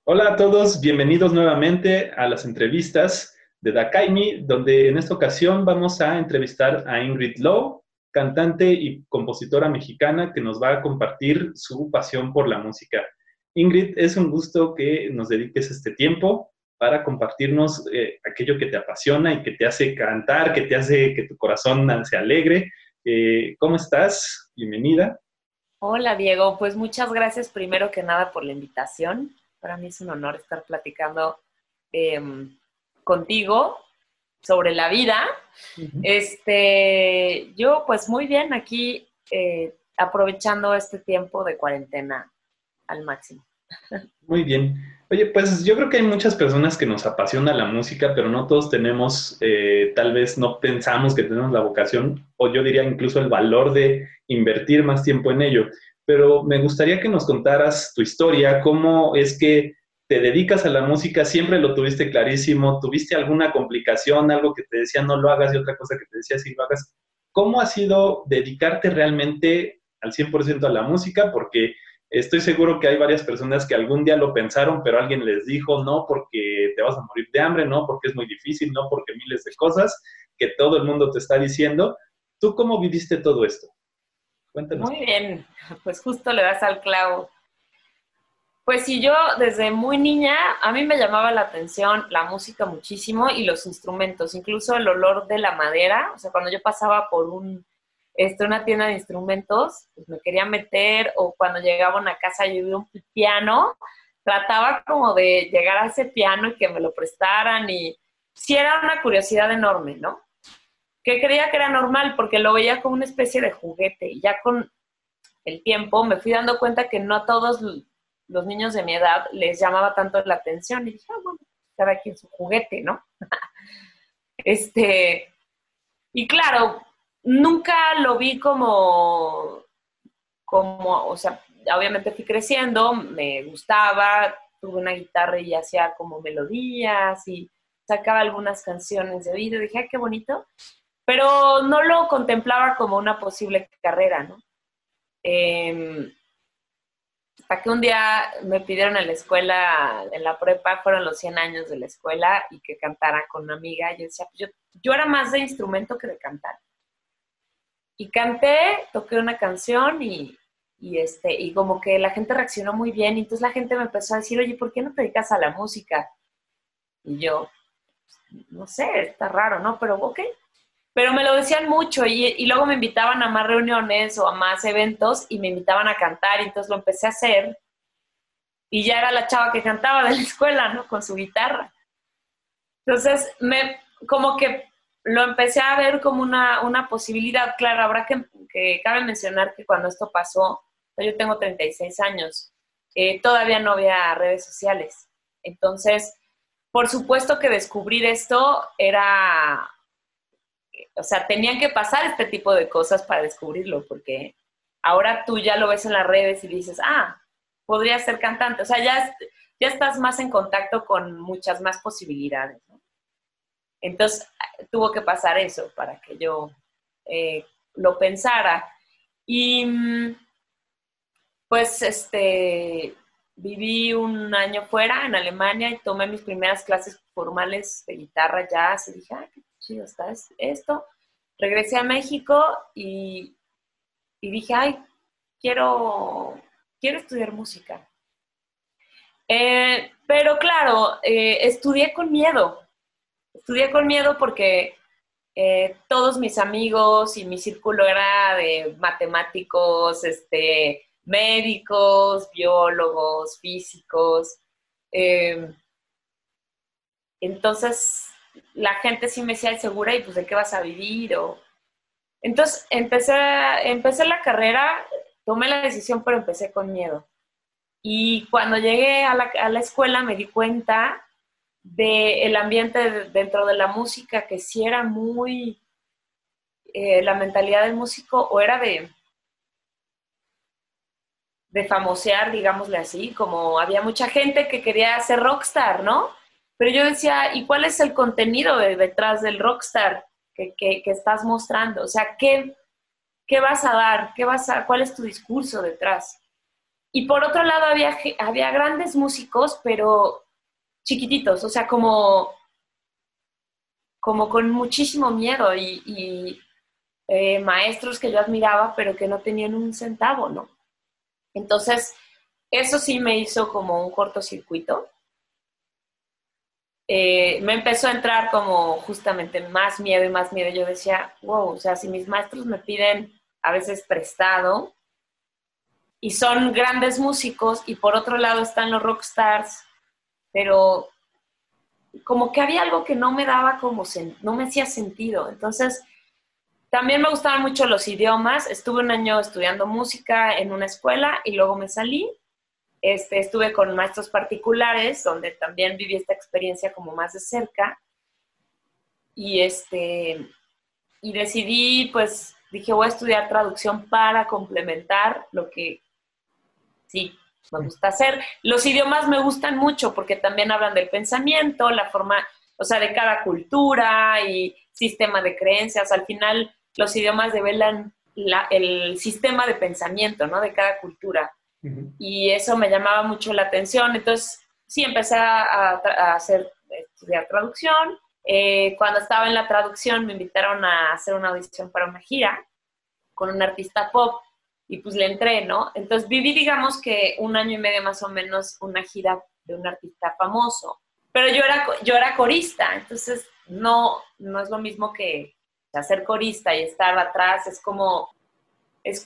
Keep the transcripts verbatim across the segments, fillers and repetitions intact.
Hola a todos, bienvenidos nuevamente a las entrevistas de Dakaimi, donde en esta ocasión vamos a entrevistar a Ingrid Lowe, cantante y compositora mexicana que nos va a compartir su pasión por la música. Ingrid, es un gusto que nos dediques este tiempo para compartirnos eh, aquello que te apasiona y que te hace cantar, que te hace que tu corazón se alegre. Eh, ¿Cómo estás? Bienvenida. Hola Diego, pues muchas gracias primero que nada por la invitación. Para mí es un honor estar platicando eh, contigo sobre la vida. Ujú. Este, yo pues muy bien aquí eh, aprovechando este tiempo de cuarentena al máximo. Muy bien. Oye, pues yo creo que hay muchas personas que nos apasiona la música, pero no todos tenemos, eh, tal vez no pensamos que tenemos la vocación, o yo diría incluso el valor de invertir más tiempo en ello. Pero me gustaría que nos contaras tu historia, cómo es que te dedicas a la música, siempre lo tuviste clarísimo, tuviste alguna complicación, algo que te decía no lo hagas y otra cosa que te decía sí lo hagas. ¿Cómo ha sido dedicarte realmente al cien por ciento a la música? Porque estoy seguro que hay varias personas que algún día lo pensaron, pero alguien les dijo no porque te vas a morir de hambre, no porque es muy difícil, no porque miles de cosas que todo el mundo te está diciendo. ¿Tú cómo viviste todo esto? Cuéntanos. Muy bien, pues justo le das al clavo. Pues sí, yo desde muy niña, a mí me llamaba la atención la música muchísimo y los instrumentos, incluso el olor de la madera. O sea, cuando yo pasaba por un, este, una tienda de instrumentos, pues me quería meter, o cuando llegaba a una casa y vi un piano, trataba como de llegar a ese piano y que me lo prestaran, y sí era una curiosidad enorme, ¿no? Que creía que era normal porque lo veía como una especie de juguete, y ya con el tiempo me fui dando cuenta que no a todos los niños de mi edad les llamaba tanto la atención, y dije, ah, bueno, cada quien su juguete, ¿no? Este, y claro, nunca lo vi como, como, o sea, obviamente fui creciendo, me gustaba, tuve una guitarra y hacía como melodías y sacaba algunas canciones de video, dije, ay, qué bonito, pero no lo contemplaba como una posible carrera, ¿no? Eh, Hasta que un día me pidieron en la escuela, en la prepa, fueron los cien años de la escuela, y que cantara con una amiga. Yo decía, pues yo, yo era más de instrumento que de cantar. Y canté, toqué una canción y, y, este, y como que la gente reaccionó muy bien. Y entonces la gente me empezó a decir, oye, ¿por qué no te dedicas a la música? Y yo, no sé, está raro, ¿no? Pero ok. Pero me lo decían mucho, y, y luego me invitaban a más reuniones o a más eventos y me invitaban a cantar, y entonces lo empecé a hacer. Y ya era la chava que cantaba de la escuela, ¿no? Con su guitarra. Entonces, me, como que lo empecé a ver como una, una posibilidad. Claro, habrá que, que, cabe mencionar que cuando esto pasó, yo tengo treinta y seis años, eh, todavía no había redes sociales. Entonces, por supuesto que descubrir esto era, o sea, tenían que pasar este tipo de cosas para descubrirlo, porque ahora tú ya lo ves en las redes y dices, ah, podría ser cantante. O sea, ya, ya estás más en contacto con muchas más posibilidades, ¿no? Entonces, tuvo que pasar eso para que yo eh, lo pensara. Y pues, este, viví un año fuera en Alemania y tomé mis primeras clases formales de guitarra, jazz, y dije, ah, qué chido está esto. Regresé a México y, y dije, ay, quiero, quiero estudiar música. Eh, pero claro, eh, estudié con miedo. Estudié con miedo porque eh, todos mis amigos y mi círculo era de matemáticos, este, médicos, biólogos, físicos. Eh, entonces, la gente sí me decía, segura, y pues de qué vas a vivir. O... Entonces, empecé, empecé la carrera, tomé la decisión, pero empecé con miedo. Y cuando llegué a la, a la escuela me di cuenta del ambiente dentro de la música, que sí era muy, eh, la mentalidad del músico, o era de, de famosear, digámosle así, como había mucha gente que quería ser rockstar, ¿no? Pero yo decía, ¿y cuál es el contenido de, detrás del rockstar que, que, que estás mostrando? O sea, ¿qué, ¿qué vas a dar? ¿Qué vas a, ¿cuál es tu discurso detrás? y por otro lado había, había grandes músicos, pero chiquititos, o sea, como, como con muchísimo miedo y, y eh, maestros que yo admiraba, pero que no tenían un centavo, ¿no? Entonces, eso sí me hizo como un cortocircuito. Eh, me empezó a entrar como justamente más miedo y más miedo. Yo decía, wow, o sea, si mis maestros me piden a veces prestado y son grandes músicos y por otro lado están los rockstars, pero como que había algo que no me daba como, sen- no me hacía sentido. Entonces, también me gustaban mucho los idiomas. Estuve un año estudiando música en una escuela y luego me salí. Este, estuve con maestros particulares, donde también viví esta experiencia como más de cerca. Y, este, y decidí, pues, dije, voy a estudiar traducción para complementar lo que sí me gusta hacer. Los idiomas me gustan mucho porque también hablan del pensamiento, la forma, o sea, de cada cultura y sistema de creencias. Al final, los idiomas develan la, el sistema de pensamiento, ¿no? De cada cultura. Uh-huh. Y eso me llamaba mucho la atención. Entonces, sí, empecé a, a hacer, a estudiar traducción. Eh, cuando estaba en la traducción, me invitaron a hacer una audición para una gira con un artista pop. Y pues le entré, ¿no? Entonces viví, digamos que un año y medio más o menos, una gira de un artista famoso. Pero yo era, yo era corista, entonces no, no es lo mismo que o sea, ser corista y estar atrás, es como, es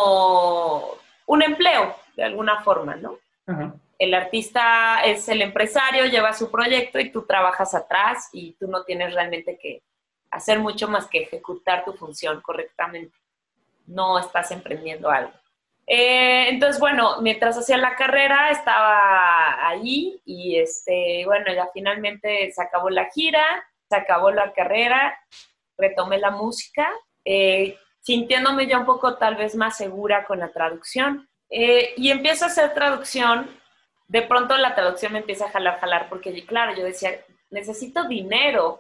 como un empleo, de alguna forma, ¿no? Uh-huh. El artista es el empresario, lleva su proyecto y tú trabajas atrás y tú no tienes realmente que hacer mucho más que ejecutar tu función correctamente. No estás emprendiendo algo. Eh, entonces, bueno, mientras hacía la carrera estaba ahí y, este, bueno, ya finalmente se acabó la gira, se acabó la carrera, retomé la música, eh, sintiéndome ya un poco tal vez más segura con la traducción. Eh, y empiezo a hacer traducción, de pronto la traducción me empieza a jalar, jalar, porque claro, yo decía, necesito dinero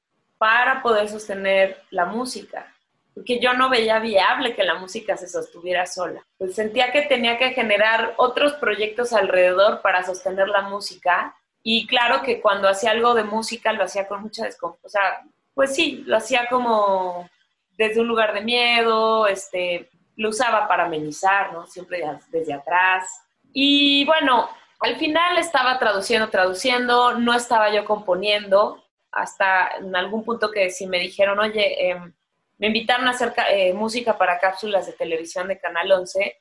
para poder sostener la música. Porque yo no veía viable que la música se sostuviera sola. Pues sentía que tenía que generar otros proyectos alrededor para sostener la música. Y claro que cuando hacía algo de música lo hacía con mucha desconfianza. O sea, pues sí, lo hacía como desde un lugar de miedo, este, lo usaba para amenizar, ¿no? Siempre desde atrás. Y bueno, al final estaba traduciendo, traduciendo, no estaba yo componiendo. Hasta en algún punto que sí me dijeron, oye, eh, me invitaron a hacer eh, música para cápsulas de televisión de Canal once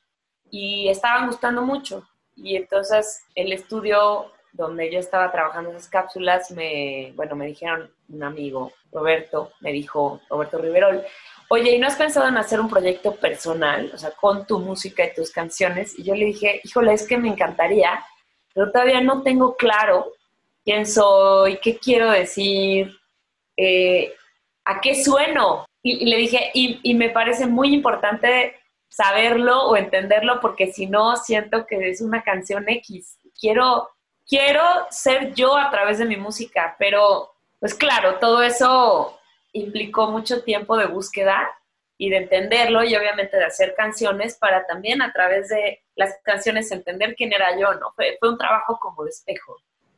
y estaban gustando mucho. Y entonces el estudio donde yo estaba trabajando esas cápsulas, me, bueno, me dijeron un amigo, Roberto, me dijo, Roberto Riverol, oye, ¿y no has pensado en hacer un proyecto personal, o sea, con tu música y tus canciones? Y yo le dije, híjole, es que me encantaría, pero todavía no tengo claro quién soy, qué quiero decir, eh, a qué sueno. Y, y le dije, y, y me parece muy importante saberlo o entenderlo, porque si no, siento que es una canción X. Quiero, quiero ser yo a través de mi música, pero pues claro, todo eso implicó mucho tiempo de búsqueda y de entenderlo y obviamente de hacer canciones para también a través de las canciones entender quién era yo, ¿no? Fue, fue un trabajo como de espejo.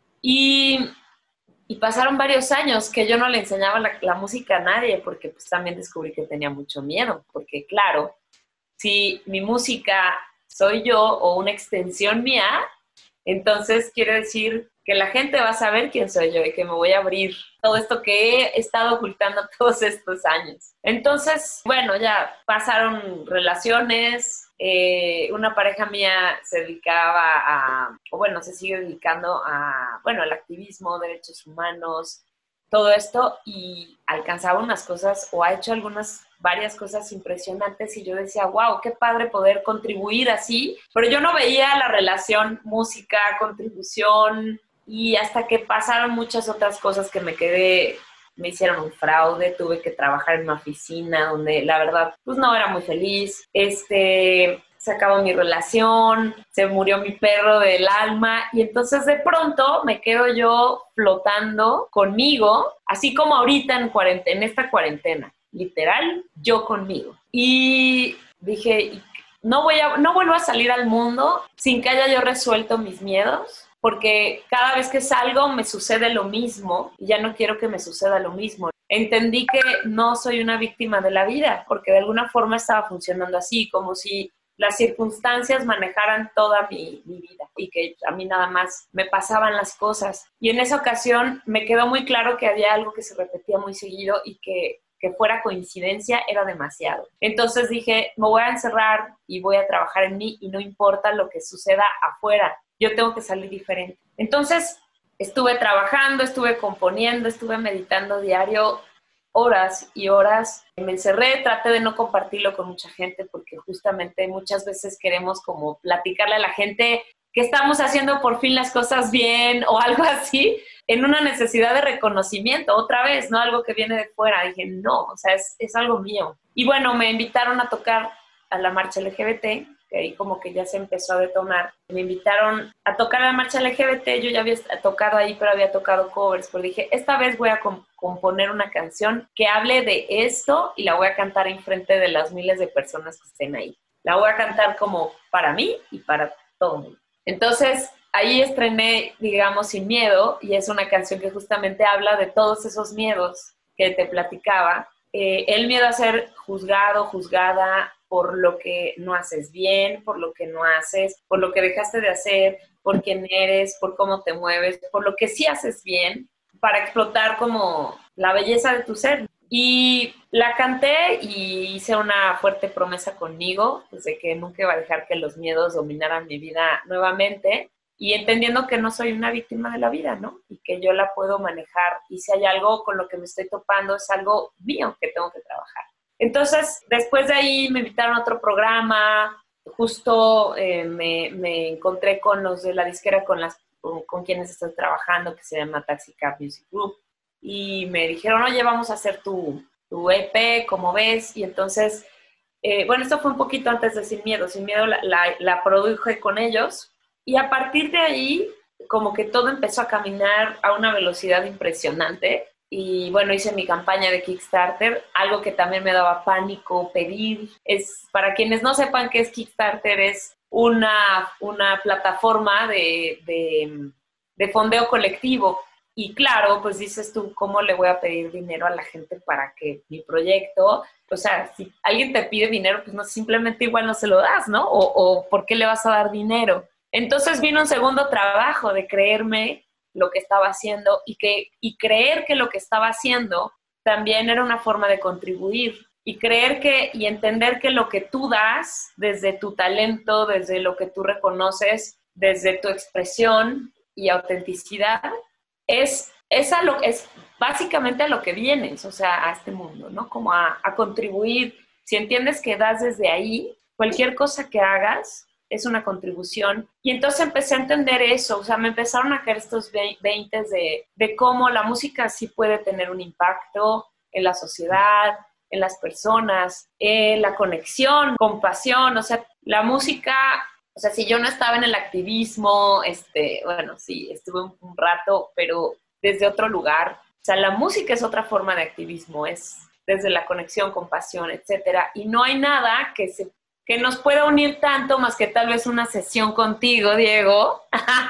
Y, y pasaron varios años que yo no le enseñaba la, la música a nadie porque pues también descubrí que tenía mucho miedo, porque claro, si mi música soy yo o una extensión mía, entonces quiere decir que la gente va a saber quién soy yo y que me voy a abrir todo esto que he estado ocultando todos estos años. Entonces, bueno, ya pasaron relaciones, eh, una pareja mía se dedicaba a, o bueno, se sigue dedicando a, bueno, al activismo, derechos humanos, todo esto, y alcanzaba unas cosas o ha hecho algunas varias cosas impresionantes y yo decía, wow, qué padre poder contribuir así, pero yo no veía la relación música, contribución, y hasta que pasaron muchas otras cosas que me quedé, me hicieron un fraude, tuve que trabajar en una oficina donde la verdad pues no era muy feliz, este, se acabó mi relación, se murió mi perro del alma y entonces de pronto me quedo yo flotando conmigo, así como ahorita en, cuarentena, en esta cuarentena. Literal, yo conmigo. Y dije, no voy a, no vuelvo a salir al mundo sin que haya yo resuelto mis miedos, porque cada vez que salgo me sucede lo mismo y ya no quiero que me suceda lo mismo. Entendí que no soy una víctima de la vida, porque de alguna forma estaba funcionando así, como si las circunstancias manejaran toda mi, mi vida y que a mí nada más me pasaban las cosas. Y en esa ocasión me quedó muy claro que había algo que se repetía muy seguido y que que fuera coincidencia era demasiado. Entonces dije, me voy a encerrar y voy a trabajar en mí y no importa lo que suceda afuera, yo tengo que salir diferente. Entonces estuve trabajando, estuve componiendo, estuve meditando diario horas y horas. Me encerré, traté de no compartirlo con mucha gente porque justamente muchas veces queremos como platicarle a la gente que estamos haciendo por fin las cosas bien o algo así, en una necesidad de reconocimiento, otra vez, ¿no? Algo que viene de fuera. Dije, no, o sea, es, es algo mío. Y bueno, me invitaron a tocar a la marcha L G B T, que ahí como que ya se empezó a detonar. Me invitaron a tocar a la marcha L G B T, yo ya había tocado ahí, pero había tocado covers, pero dije, esta vez voy a comp- componer una canción que hable de esto y la voy a cantar en frente de las miles de personas que estén ahí. La voy a cantar como para mí y para todo el mundo. Entonces, ahí estrené, digamos, Sin Miedo, y es una canción que justamente habla de todos esos miedos que te platicaba. Eh, el miedo a ser juzgado, juzgada por lo que no haces bien, por lo que no haces, por lo que dejaste de hacer, por quién eres, por cómo te mueves, por lo que sí haces bien, para explotar como la belleza de tu ser. Y la canté y hice una fuerte promesa conmigo, pues de que nunca iba a dejar que los miedos dominaran mi vida nuevamente, y entendiendo que no soy una víctima de la vida, ¿no? Y que yo la puedo manejar, y si hay algo con lo que me estoy topando, es algo mío que tengo que trabajar. Entonces, después de ahí me invitaron a otro programa, justo eh, me, me encontré con los de la disquera con, las, con, con quienes estoy trabajando, que se llama Taxi Cab Music Group, y me dijeron, oye, vamos a hacer tu, tu E P, ¿cómo ves? Y entonces, eh, bueno, esto fue un poquito antes de Sin Miedo. Sin Miedo la, la, la produje con ellos, y a partir de ahí, como que todo empezó a caminar a una velocidad impresionante. Y bueno, hice mi campaña de Kickstarter, algo que también me daba pánico pedir. Es, para quienes no sepan qué es Kickstarter, es una, una plataforma de, de, de fondeo colectivo. Y claro, pues dices tú, ¿cómo le voy a pedir dinero a la gente para que mi proyecto, o sea, si alguien te pide dinero, pues no, simplemente igual no se lo das, ¿no? O, o ¿por qué le vas a dar dinero? Entonces vino un segundo trabajo de creerme lo que estaba haciendo y, que, y creer que lo que estaba haciendo también era una forma de contribuir, y creer que y entender que lo que tú das desde tu talento, desde lo que tú reconoces, desde tu expresión y autenticidad, es, es, a lo, es básicamente a lo que vienes, o sea, a este mundo, ¿no? Como a, a contribuir. Si entiendes que das desde ahí, cualquier cosa que hagas es una contribución. Y entonces empecé a entender eso, o sea, me empezaron a caer estos veintes de, de cómo la música sí puede tener un impacto en la sociedad, en las personas, en la conexión, compasión, o sea, la música, o sea, si yo no estaba en el activismo, este, bueno, sí, estuve un, un rato, pero desde otro lugar. O sea, la música es otra forma de activismo, es desde la conexión, compasión, etcétera. Y no hay nada que se que nos pueda unir tanto más que tal vez una sesión contigo, Diego,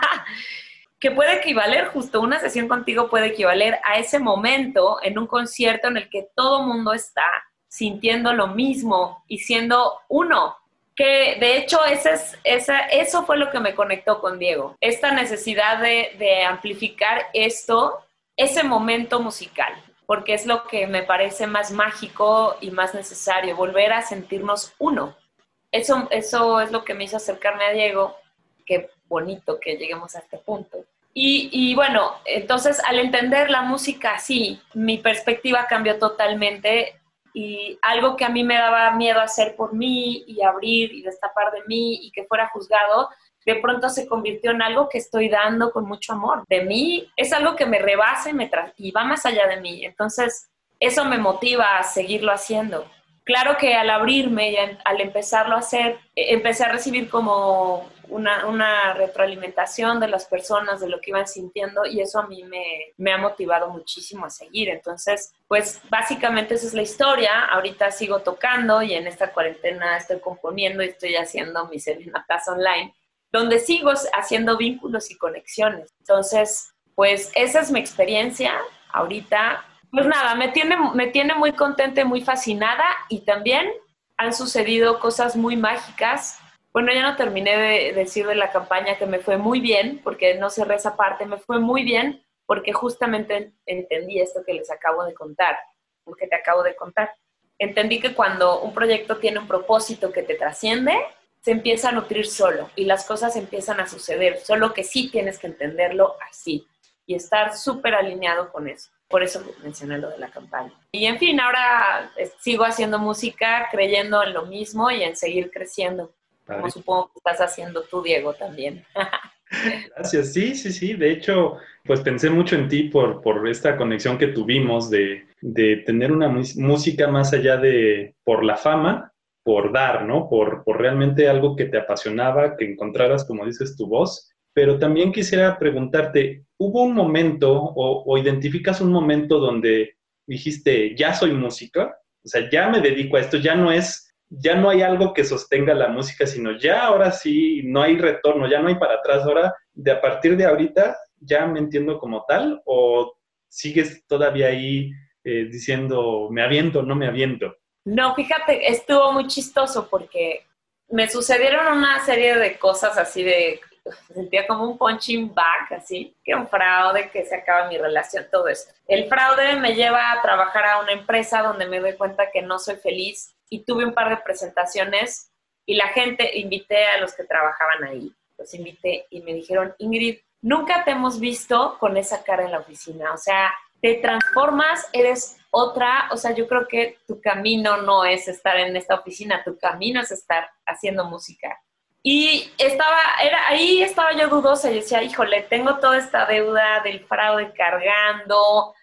que puede equivaler, justo una sesión contigo puede equivaler a ese momento en un concierto en el que todo mundo está sintiendo lo mismo y siendo uno. Que de hecho ese es, esa, eso fue lo que me conectó con Diego, esta necesidad de, de amplificar esto, ese momento musical, porque es lo que me parece más mágico y más necesario, volver a sentirnos uno. Eso, eso es lo que me hizo acercarme a Diego. Qué bonito que lleguemos a este punto. Y, y bueno, entonces al entender la música así, mi perspectiva cambió totalmente, y algo que a mí me daba miedo hacer por mí y abrir y destapar de mí y que fuera juzgado, de pronto se convirtió en algo que estoy dando con mucho amor. De mí es algo que me rebasa y, me tra- y va más allá de mí. Entonces eso me motiva a seguirlo haciendo. Claro que al abrirme y al empezarlo a hacer, empecé a recibir como una, una retroalimentación de las personas, de lo que iban sintiendo, y eso a mí me, me ha motivado muchísimo a seguir. Entonces, pues básicamente esa es la historia. Ahorita sigo tocando y en esta cuarentena estoy componiendo y estoy haciendo mis serenatas online, donde sigo haciendo vínculos y conexiones. Entonces, pues esa es mi experiencia ahorita. Pues nada, me tiene, me tiene muy contenta y muy fascinada, y también han sucedido cosas muy mágicas. Bueno, ya no terminé de decir de la campaña que me fue muy bien, porque no cerré esa parte. Me fue muy bien porque justamente entendí esto que les acabo de contar, lo que te acabo de contar. Entendí que cuando un proyecto tiene un propósito que te trasciende, se empieza a nutrir solo y las cosas empiezan a suceder, solo que sí tienes que entenderlo así y estar súper alineado con eso. Por eso mencioné lo de la campaña. Y en fin, ahora sigo haciendo música, creyendo en lo mismo y en seguir creciendo, como supongo que estás haciendo tú, Diego, también. Gracias, sí, sí, sí. De hecho, pues pensé mucho en ti por, por esta conexión que tuvimos de, de tener una música más allá de por la fama, por dar, ¿no? Por, por realmente algo que te apasionaba, que encontraras, como dices, tu voz. Pero también quisiera preguntarte, ¿hubo un momento o, o identificas un momento donde dijiste, ya soy música? O sea, ya me dedico a esto, ya no es... ya no hay algo que sostenga la música, sino ya ahora sí no hay retorno, ya no hay para atrás. Ahora, de a partir de ahorita, ¿ya me entiendo como tal? ¿O sigues todavía ahí eh, diciendo, me aviento, no me aviento? No, fíjate, estuvo muy chistoso porque me sucedieron una serie de cosas así de, sentía como un punching bag, así, que un fraude, que se acaba mi relación, todo esto. El fraude me lleva a trabajar a una empresa donde me doy cuenta que no soy feliz, y tuve un par de presentaciones y la gente, invité a los que trabajaban ahí, los invité y me dijeron, Ingrid, nunca te hemos visto con esa cara en la oficina, o sea, te transformas, eres otra, o sea, yo creo que tu camino no es estar en esta oficina, tu camino es estar haciendo música. Y estaba, era, ahí estaba yo dudosa y decía, híjole, tengo toda esta deuda del fraude cargando,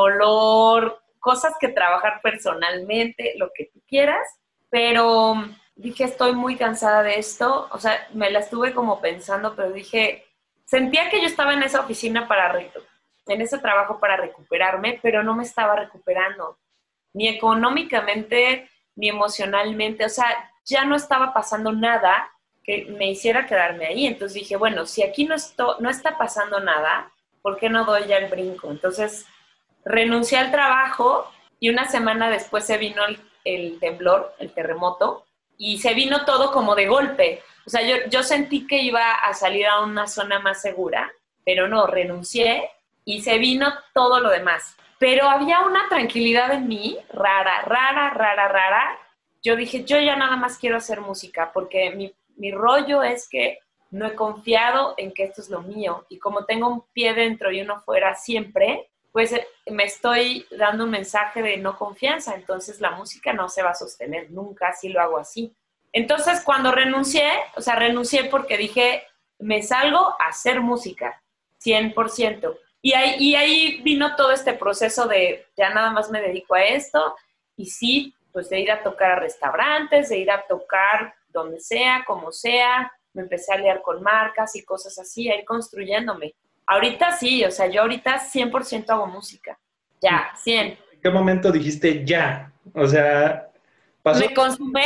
dolor, cosas que trabajar personalmente, lo que tú quieras, pero dije, estoy muy cansada de esto, o sea, me la estuve como pensando, pero dije, sentía que yo estaba en esa oficina para, en ese trabajo para recuperarme, pero no me estaba recuperando, ni económicamente, ni emocionalmente, o sea, ya no estaba pasando nada que me hiciera quedarme ahí. Entonces dije, bueno, si aquí no, esto, no está pasando nada, ¿por qué no doy ya el brinco? Entonces renuncié al trabajo y una semana después se vino el, el temblor, el terremoto, y se vino todo como de golpe. O sea, yo, yo sentí que iba a salir a una zona más segura, pero no, renuncié y se vino todo lo demás. Pero había una tranquilidad en mí, rara, rara, rara, rara. Yo dije, yo ya nada más quiero hacer música, porque mi, mi rollo es que no he confiado en que esto es lo mío. Y como tengo un pie dentro y uno fuera siempre, pues me estoy dando un mensaje de no confianza. Entonces la música no se va a sostener nunca si lo hago así. Entonces cuando renuncié, o sea, renuncié porque dije, me salgo a hacer música, cien por ciento. Y ahí, y ahí vino todo este proceso de ya nada más me dedico a esto. Y sí, pues de ir a tocar a restaurantes, de ir a tocar donde sea, como sea. Me empecé a liar con marcas y cosas así, a ir construyéndome. Ahorita sí, o sea, yo ahorita cien por ciento hago música. Ya, cien. ¿En qué momento dijiste ya? O sea, pasó ¿Me consumé?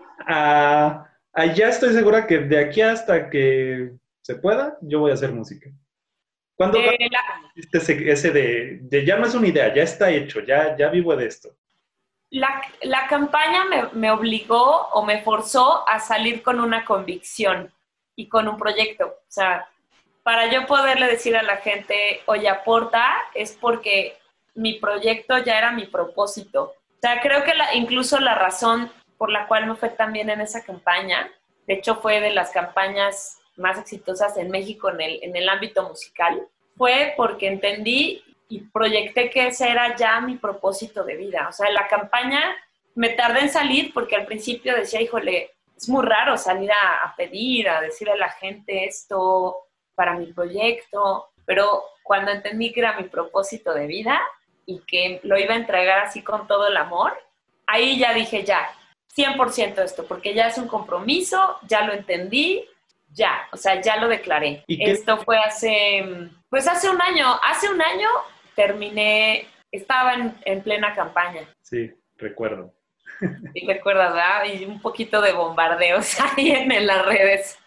a, a ya estoy segura que de aquí hasta que se pueda, yo voy a hacer música. ¿Cuándo Eh, la, dijiste ese, ese de, de ya no es una idea, ya está hecho, ya, ya vivo de esto? la, la campaña me, me obligó o me forzó a salir con una convicción y con un proyecto. O sea, para yo poderle decir a la gente, oye, aporta, es porque mi proyecto ya era mi propósito. O sea, creo que la, incluso la razón por la cual me fue tan bien en esa campaña, de hecho fue de las campañas más exitosas en México en el, en el ámbito musical, fue porque entendí y proyecté que ese era ya mi propósito de vida. O sea, la campaña me tardé en salir porque al principio decía, híjole, es muy raro salir a, a pedir, a decirle a la gente esto para mi proyecto, pero cuando entendí que era mi propósito de vida y que lo iba a entregar así con todo el amor, ahí ya dije ya, cien por ciento esto, porque ya es un compromiso, ya lo entendí, ya, o sea, ya lo declaré. ¿Y qué? Esto fue hace, pues hace un año, hace un año terminé, estaba en, en plena campaña. Sí, recuerdo. ¿Sí recuerdas, verdad? Y un poquito de bombardeos ahí en, en las redes.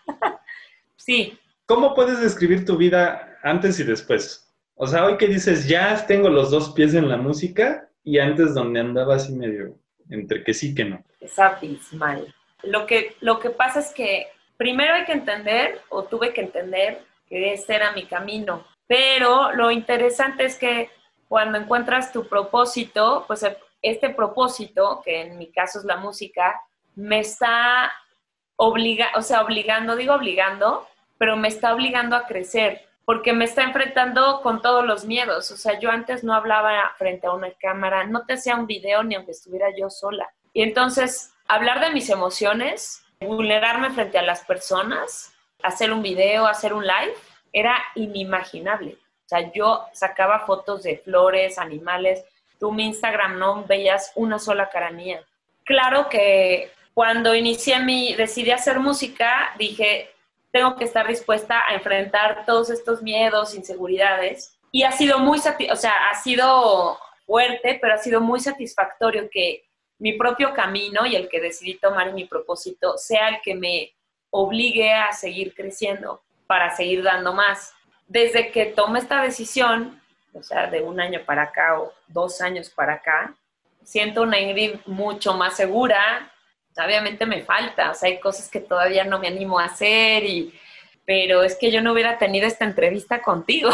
Sí. ¿Cómo puedes describir tu vida antes y después? O sea, hoy que dices, ya tengo los dos pies en la música y antes donde andaba así medio entre que sí que no. Es abismal. Lo que, lo que pasa es que primero hay que entender, o tuve que entender, que ese era mi camino. Pero lo interesante es que cuando encuentras tu propósito, pues este propósito, que en mi caso es la música, me está obliga, o sea, obligando, digo obligando, pero me está obligando a crecer, porque me está enfrentando con todos los miedos. O sea, yo antes no hablaba frente a una cámara, no te hacía un video ni aunque estuviera yo sola. Y entonces, hablar de mis emociones, vulnerarme frente a las personas, hacer un video, hacer un live, era inimaginable. O sea, yo sacaba fotos de flores, animales. Tú mi Instagram no veías una sola cara mía. Claro que cuando inicié mi, decidí hacer música, dije, tengo que estar dispuesta a enfrentar todos estos miedos, inseguridades. Y ha sido muy, o sea, ha sido fuerte, pero ha sido muy satisfactorio que mi propio camino y el que decidí tomar en mi propósito sea el que me obligue a seguir creciendo para seguir dando más. Desde que tomé esta decisión, o sea, de un año para acá o dos años para acá, siento una Ingrid mucho más segura. Obviamente me falta, o sea, hay cosas que todavía no me animo a hacer, y, pero es que yo no hubiera tenido esta entrevista contigo.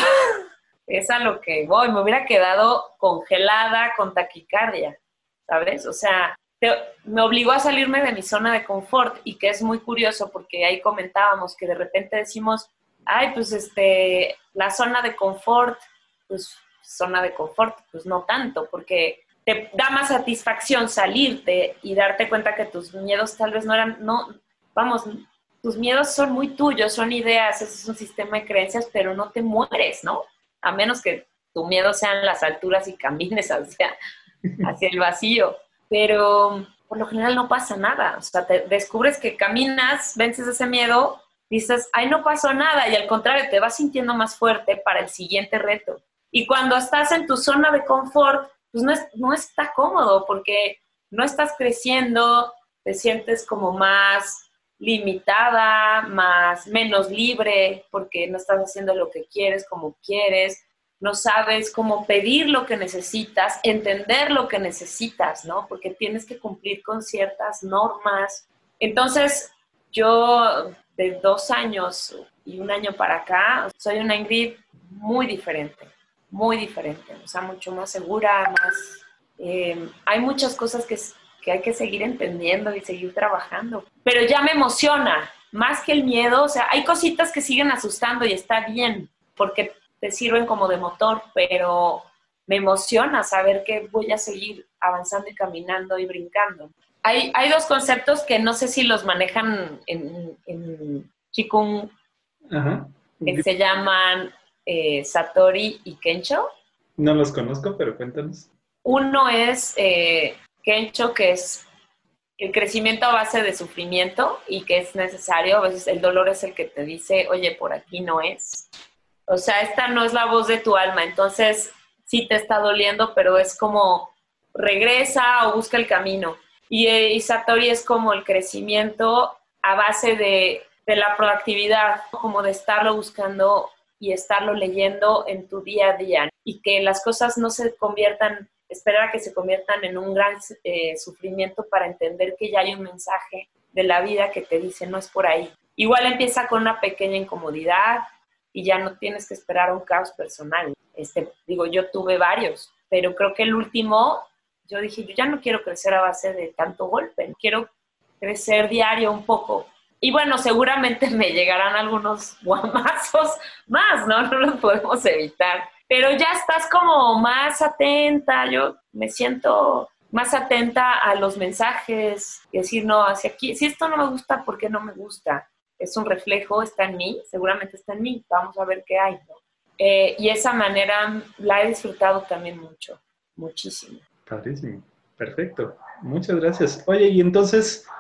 Es a lo que voy, me hubiera quedado congelada con taquicardia, ¿sabes? O sea, te, me obligó a salirme de mi zona de confort, y que es muy curioso porque ahí comentábamos que de repente decimos, ay, pues este, la zona de confort, pues zona de confort, pues no tanto, porque te da más satisfacción salirte y darte cuenta que tus miedos tal vez no eran, no, vamos, tus miedos son muy tuyos, son ideas, ese es un sistema de creencias, pero no te mueres, ¿no? A menos que tu miedo sean las alturas y camines hacia, hacia el vacío. Pero por lo general no pasa nada. O sea, te descubres que caminas, vences ese miedo, dices, ay, no pasó nada. Y al contrario, te vas sintiendo más fuerte para el siguiente reto. Y cuando estás en tu zona de confort, pues no, es, no está cómodo porque no estás creciendo, te sientes como más limitada, más, menos libre, porque no estás haciendo lo que quieres como quieres, no sabes cómo pedir lo que necesitas, entender lo que necesitas, ¿no? Porque tienes que cumplir con ciertas normas. Entonces, yo de dos años y un año para acá, soy una Ingrid muy diferente, muy diferente, o sea, mucho más segura, más... Eh, hay muchas cosas que que hay que seguir entendiendo y seguir trabajando. Pero ya me emociona, más que el miedo, o sea, hay cositas que siguen asustando y está bien, porque te sirven como de motor, pero me emociona saber que voy a seguir avanzando y caminando y brincando. Hay, hay dos conceptos que no sé si los manejan en, en Qigong, Ajá. que se llaman eh, Satori y Kensho. No los conozco, pero cuéntanos. Uno es... Eh, Kensho, que es el crecimiento a base de sufrimiento y que es necesario. A veces el dolor es el que te dice, oye, por aquí no es. O sea, esta no es la voz de tu alma, entonces sí te está doliendo, pero es como regresa o busca el camino. Y, y Satori es como el crecimiento a base de, de la proactividad, como de estarlo buscando y estarlo leyendo en tu día a día. Y que las cosas no se conviertan, esperar a que se conviertan en un gran eh, sufrimiento para entender que ya hay un mensaje de la vida que te dice, no es por ahí. Igual empieza con una pequeña incomodidad y ya no tienes que esperar un caos personal. Este, digo, yo tuve varios, pero creo que el último, yo dije, yo ya no quiero crecer a base de tanto golpe, quiero crecer diario un poco. Y bueno, seguramente me llegarán algunos guamazos más, ¿no? No los podemos evitar. Pero ya estás como más atenta, yo me siento más atenta a los mensajes, y decir, no, hacia aquí, si esto no me gusta, ¿por qué no me gusta? Es un reflejo, está en mí, seguramente está en mí, vamos a ver qué hay, ¿no? Eh, y esa manera la he disfrutado también mucho, muchísimo. Padrísimo, perfecto, muchas gracias. Oye, y entonces,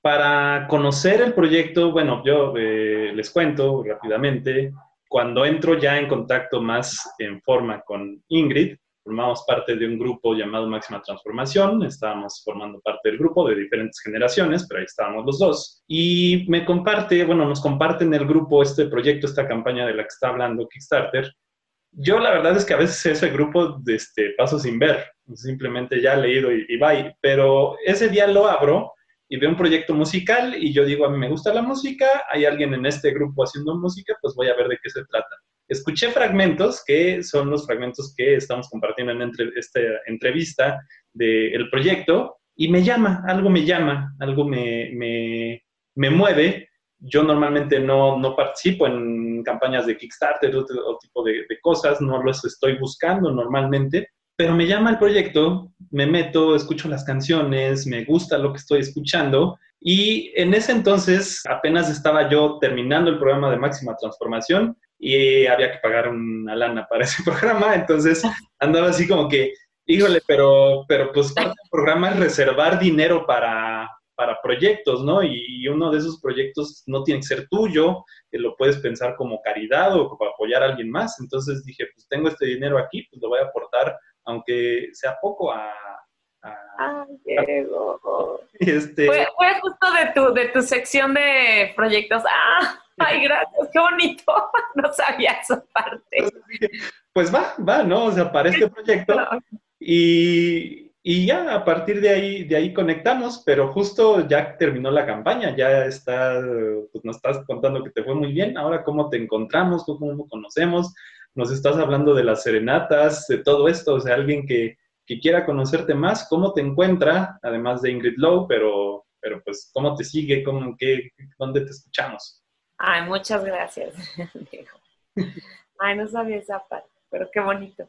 Para conocer el proyecto, bueno, yo eh, les cuento rápidamente, cuando entro ya en contacto más en forma con Ingrid, formamos parte de un grupo llamado Máxima Transformación, estábamos formando parte del grupo de diferentes generaciones, pero ahí estábamos los dos, y me comparte, bueno, nos comparte en el grupo este proyecto, esta campaña de la que está hablando Kickstarter. Yo la verdad es que a veces ese grupo este, paso sin ver, simplemente ya he leído y, y bye, pero ese día lo abro y veo un proyecto musical y yo digo, a mí me gusta la música, hay alguien en este grupo haciendo música, pues voy a ver de qué se trata. Escuché fragmentos, que son los fragmentos que estamos compartiendo en entre, esta entrevista del proyecto, y me llama, algo me llama, algo me, me, me mueve. Yo normalmente no, no participo en campañas de Kickstarter o, o tipo de, de cosas, no los estoy buscando normalmente, pero me llama el proyecto, me meto, escucho las canciones, me gusta lo que estoy escuchando, y en ese entonces apenas estaba yo terminando el programa de Máxima Transformación y había que pagar una lana para ese programa, entonces andaba así como que, híjole, pero, pero pues parte del programa es reservar dinero para, para proyectos, ¿no? Y uno de esos proyectos no tiene que ser tuyo, que lo puedes pensar como caridad o como apoyar a alguien más, entonces dije, pues tengo este dinero aquí, pues lo voy a aportar aunque sea poco a... a Ay, Diego. este, Fue, fue justo de tu, de tu sección de proyectos. Ah, ay, gracias, qué bonito. No sabía esa parte. pues va, va, ¿no? O sea, para este proyecto. Y, y ya a partir de ahí, de ahí conectamos, pero justo ya terminó la campaña, ya está, pues nos estás contando que te fue muy bien. Ahora, ¿cómo te encontramos? ¿Cómo conocemos? Nos estás hablando de las serenatas, de todo esto, o sea, alguien que, que quiera conocerte más, ¿cómo te encuentra? Además de Ingrid Lowe, pero, pero pues, ¿cómo te sigue? ¿Cómo, qué, ¿Dónde te escuchamos? Ay, muchas gracias, Diego. Ay, no sabía esa parte, pero qué bonito.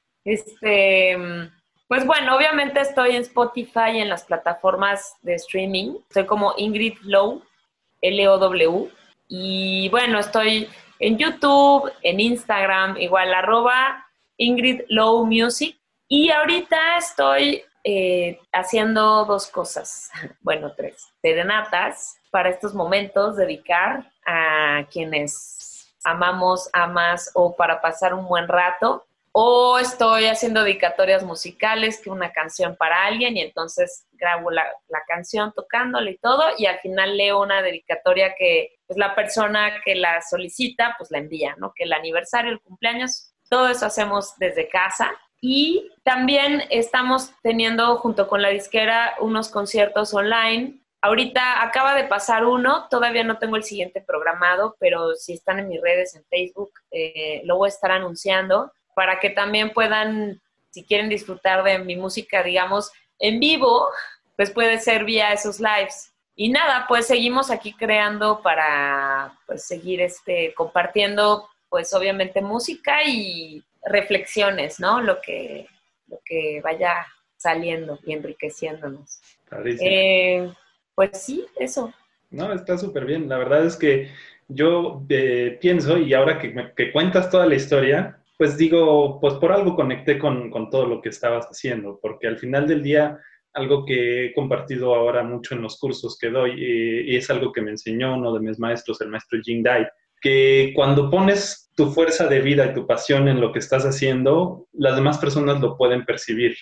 Este, pues bueno, obviamente estoy en Spotify y en las plataformas de streaming. Estoy como Ingrid Lowe, L O W. Y bueno, estoy en YouTube, en Instagram, igual arroba Ingrid Lowe Music. Y ahorita estoy eh, haciendo dos cosas, bueno, tres. Serenatas para estos momentos, dedicar a quienes amamos, amas o para pasar un buen rato. O estoy haciendo dedicatorias musicales, que una canción para alguien, y entonces grabo la, la canción tocándola y todo, y al final leo una dedicatoria que pues, la persona que la solicita, pues la envía, ¿no? Que el aniversario, el cumpleaños, todo eso hacemos desde casa. Y también estamos teniendo, junto con la disquera, unos conciertos online. Ahorita acaba de pasar uno, todavía no tengo el siguiente programado, pero si están en mis redes, en Facebook, eh, lo voy a estar anunciando, para que también puedan, si quieren disfrutar de mi música, digamos, en vivo, pues puede ser vía esos lives. Y nada, pues seguimos aquí creando para pues, seguir este, compartiendo, pues obviamente música y reflexiones, ¿no? Lo que, lo que vaya saliendo y enriqueciéndonos. Eh, pues sí, eso. No, está súper bien. La verdad es que yo eh, pienso, y ahora que, me, que cuentas toda la historia, pues digo, pues por algo conecté con, con todo lo que estabas haciendo, porque al final del día, algo que he compartido ahora mucho en los cursos que doy, eh, y es algo que me enseñó uno de mis maestros, el maestro Jing Dai, que cuando pones tu fuerza de vida y tu pasión en lo que estás haciendo, las demás personas lo pueden percibir.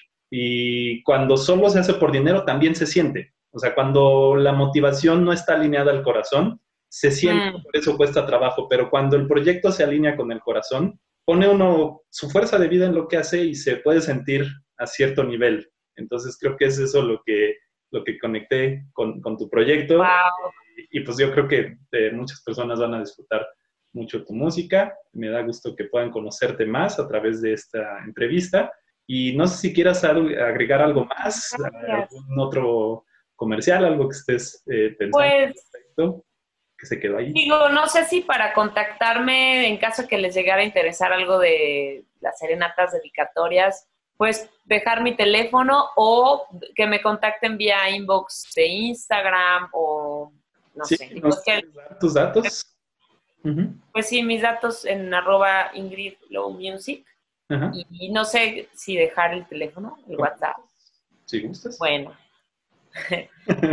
Y cuando solo se hace por dinero, también se siente. O sea, cuando la motivación no está alineada al corazón, se siente, mm. por eso cuesta trabajo, pero cuando el proyecto se alinea con el corazón, pone uno su fuerza de vida en lo que hace y se puede sentir a cierto nivel. Entonces creo que es eso lo que, lo que conecté con, con tu proyecto. Wow. Y, y pues yo creo que eh, muchas personas van a disfrutar mucho tu música. Me da gusto que puedan conocerte más a través de esta entrevista. Y no sé si quieras agregar algo más, Gracias. algún otro comercial, algo que estés eh, pensando. Pues, respecto, que se quedó ahí. Digo, no sé si para contactarme, en caso que les llegara a interesar algo de las serenatas dedicatorias, pues dejar mi teléfono o que me contacten vía inbox de Instagram o no sí, sé. ¿nos que, dar tus datos? Uh-huh. Pues sí, mis datos en arroba Ingrid Lowe Music. Uh-huh. Y, y no sé si dejar el teléfono, el WhatsApp. Si gustas. Bueno.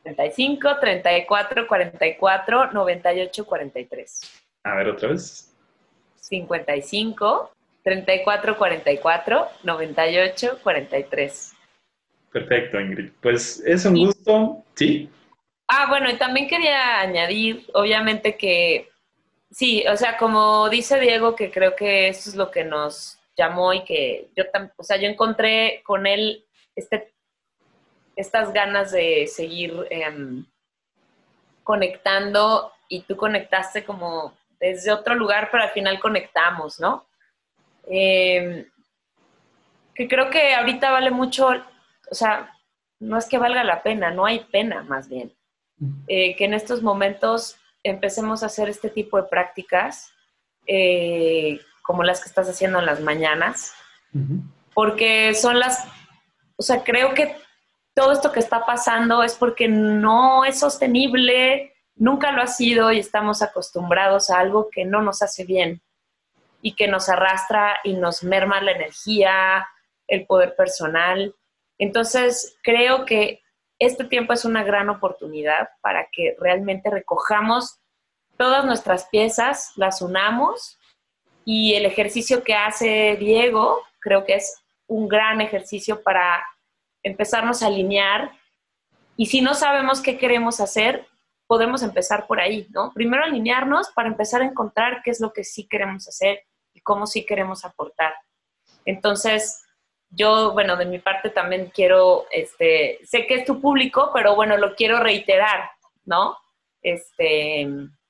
treinta y cinco, treinta y cuatro, cuarenta y cuatro, noventa y ocho, cuarenta y tres. A ver, otra vez. cincuenta y cinco, treinta y cuatro, cuarenta y cuatro, noventa y ocho, cuarenta y tres. Perfecto, Ingrid. Pues es un Y, gusto, ¿sí? ah, bueno, y también quería añadir, obviamente que, sí, o sea, como dice Diego, que creo que eso es lo que nos llamó y que yo también, o sea, yo encontré con él este, estas ganas de seguir eh, conectando y tú conectaste como desde otro lugar, pero al final conectamos, ¿no? Eh, que creo que ahorita vale mucho, o sea, no es que valga la pena, no hay pena más bien. Eh, que en estos momentos empecemos a hacer este tipo de prácticas, eh, como las que estás haciendo en las mañanas, Uh-huh. porque son las, o sea, creo que todo esto que está pasando es porque no es sostenible, nunca lo ha sido y estamos acostumbrados a algo que no nos hace bien y que nos arrastra y nos merma la energía, el poder personal. Entonces, creo que este tiempo es una gran oportunidad para que realmente recojamos todas nuestras piezas, las unamos y el ejercicio que hace Diego creo que es un gran ejercicio para empezarnos a alinear y si no sabemos qué queremos hacer, podemos empezar por ahí, ¿no? Primero alinearnos para empezar a encontrar qué es lo que sí queremos hacer y cómo sí queremos aportar. Entonces, yo, bueno, de mi parte también quiero, este, sé que es tu público, pero bueno, lo quiero reiterar, ¿no? Este,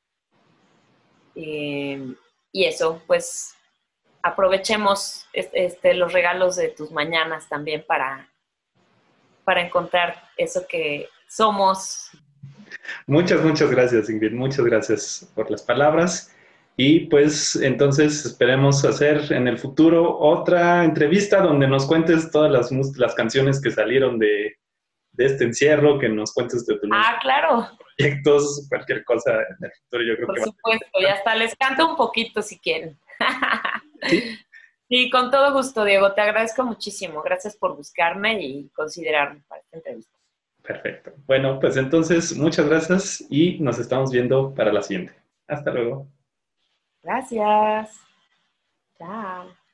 eh, y eso, pues aprovechemos este, los regalos de tus mañanas también para, para encontrar eso que somos. Muchas, muchas gracias, Ingrid. Muchas gracias por las palabras. Y pues entonces esperemos hacer en el futuro otra entrevista donde nos cuentes todas las, las canciones que salieron de, de este encierro, que nos cuentes de tus Ah, claro, proyectos, cualquier cosa en el futuro. Yo creo por que va a supuesto, y hasta les canto un poquito si quieren. ser. Sí, Sí, con todo gusto, Diego. Te agradezco muchísimo. Gracias por buscarme y considerarme para esta entrevista. perfecto. Bueno, pues entonces muchas gracias y nos estamos viendo para la siguiente. Hasta luego. Gracias. Chao.